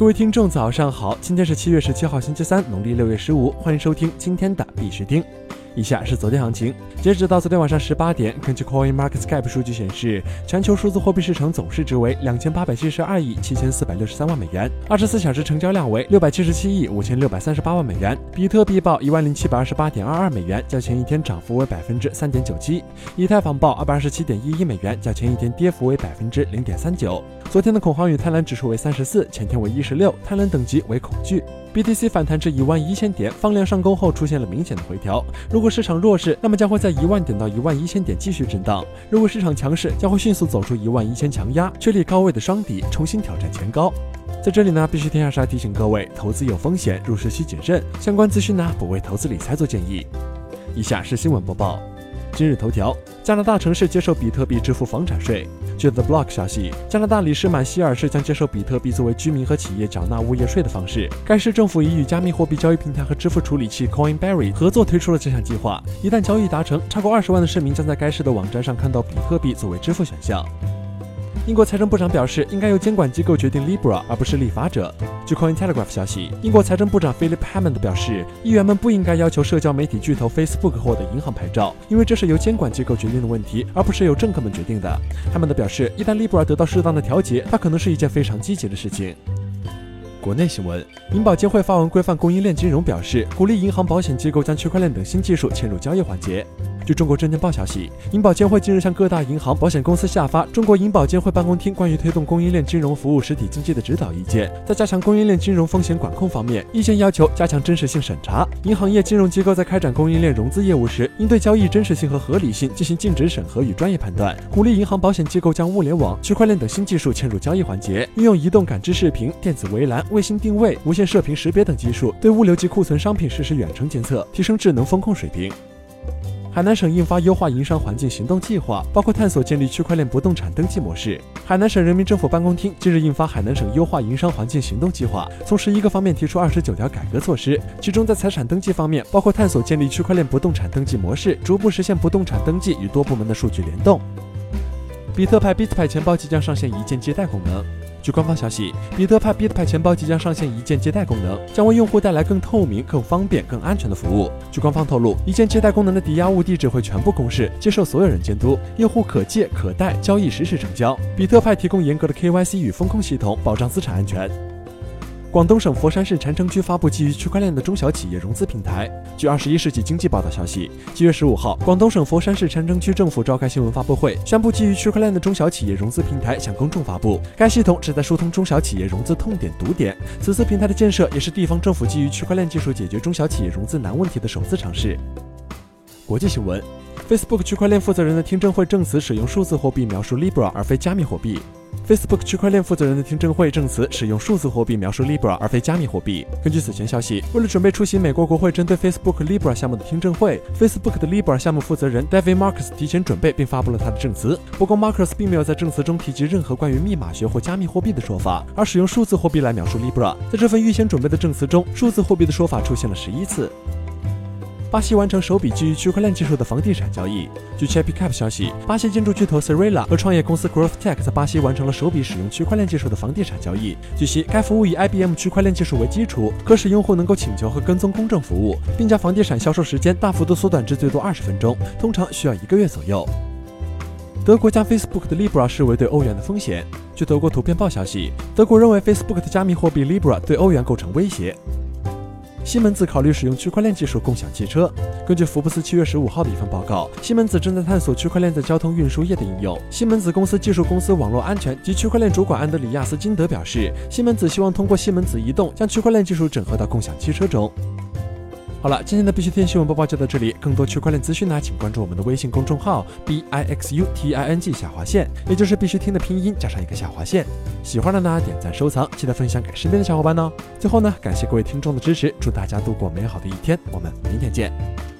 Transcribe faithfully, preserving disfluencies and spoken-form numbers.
各位听众早上好，今天是七月十七号星期三，农历六月十五，欢迎收听今天的必须听。以下是昨天行情，截止到昨天晚上十八点，根据 CoinMarketCap 数据显示，全球数字货币市场总市值为两千八百七十二亿七千四百六十三万美元，二十四小时成交量为六百七十七亿五千六百三十八万美元。比特币报一万零七百二十八点二二美元，较前一天涨幅为百分之三点九七；以太坊报二百二十七点一一美元，较前一天跌幅为百分之零点三九。昨天的恐慌与贪婪指数为三十四，前天为一十六，贪婪等级为恐惧。B T C 反弹至一万一千点，放量上攻后出现了明显的回调。如果市场弱势，那么将会在一万点到一万一千点继续震荡；如果市场强势，将会迅速走出一万一千强压，确立高位的双底，重新挑战前高。在这里呢，必须天下是要提醒各位，投资有风险，入市需谨慎。相关资讯呢，不为投资理财做建议。以下是新闻播报。今日头条：加拿大城市接受比特币支付房产税。据 The Block 消息，加拿大里士满希尔市将接受比特币作为居民和企业缴纳物业税的方式。该市政府已与加密货币交易平台和支付处理器 Coinberry 合作推出了这项计划。一旦交易达成，超过二十万的市民将在该市的网站上看到比特币作为支付选项。英国财政部长表示，应该由监管机构决定 Libra， 而不是立法者。据 Cointelegraph 消息，英国财政部长 Philip Hammond 表示，议员们不应该要求社交媒体巨头 Facebook 获得银行牌照，因为这是由监管机构决定的问题，而不是由政客们决定的。Hammond 表示，一旦 Libra 得到适当的调节，它可能是一件非常积极的事情。国内新闻，银保监会发文规范供应链金融，表示鼓励银行、保险机构将区块链等新技术嵌入交易环节。据中国证券报消息，银保监会近日向各大银行、保险公司下发中国银保监会办公厅关于推动供应链金融服务实体经济的指导意见。在加强供应链金融风险管控方面，意见要求加强真实性审查，银行业金融机构在开展供应链融资业务时，应对交易真实性和合理性进行尽职审核与专业判断，鼓励银行、保险机构将物联网、区块链等新技术嵌入交易环节，运用移动感知视频、电子围栏、卫星定位、无线射频识别等技术，对物流及库存商品实施远程监测，提升智能风控水平。海南省印发优化营商环境行动计划，包括探索建立区块链不动产登记模式。海南省人民政府办公厅近日印发海南省优化营商环境行动计划，从十一个方面提出二十九条改革措施，其中在财产登记方面，包括探索建立区块链不动产登记模式，逐步实现不动产登记与多部门的数据联动。比特派 BitPay 钱包即将上线一键接待功能。据官方消息，比特派 BitPay 钱包即将上线一键接待功能，将为用户带来更透明、更方便、更安全的服务。据官方透露，一键接待功能的抵押物地址会全部公示，接受所有人监督，用户可借可贷，交易实时成交。比特派提供严格的 K Y C 与风控系统，保障资产安全。广东省佛山市禅城区发布基于区块链的中小企业融资平台。据二十一世纪经济报道消息，七月十五号，广东省佛山市禅城区政府召开新闻发布会，宣布基于区块链的中小企业融资平台向公众发布。该系统旨在疏通中小企业融资痛点堵点。此次平台的建设也是地方政府基于区块链技术解决中小企业融资难问题的首次尝试。国际新闻 ，Facebook 区块链负责人的听证会证词使用数字货币描述 Libra 而非加密货币。Facebook 区块链负责人的听证会证词使用数字货币描述 Libra 而非加密货币。根据此前消息，为了准备出席美国国会针对 Facebook Libra 项目的听证会， Facebook 的 Libra 项目负责人 David Marcus 提前准备并发布了他的证词。不过 Marcus 并没有在证词中提及任何关于密码学或加密货币的说法，而使用数字货币来描述 Libra。在这份预先准备的证词中，数字货币的说法出现了十一次。巴西完成首笔基于区块链技术的房地产交易。据 Chapicap 消息，巴西建筑巨头 Serela 和创业公司 Growth Tech 在巴西完成了首笔使用区块链技术的房地产交易。据悉，该服务以 I B M 区块链技术为基础，可使用户能够请求和跟踪公证服务，并将房地产销售时间大幅度缩短至最多二十分钟，通常需要一个月左右。德国将 Facebook 的 Libra 视为对欧元的风险。据德国图片报消息，德国认为 Facebook 的加密货币 Libra 对欧元构成威胁。西门子考虑使用区块链技术共享汽车。根据福布斯七月十五号的一份报告，西门子正在探索区块链在交通运输业的应用。西门子公司技术公司网络安全及区块链主管安德里亚斯金德表示，西门子希望通过西门子移动将区块链技术整合到共享汽车中。好了，今天的必须听新闻播报就到这里。更多区块链资讯呢，请关注我们的微信公众号 B I X U T I N G 下划线，也就是必须听的拼音加上一个下划线。喜欢的呢，点赞收藏，记得分享给身边的小伙伴哦。最后呢，感谢各位听众的支持，祝大家度过美好的一天，我们明天见。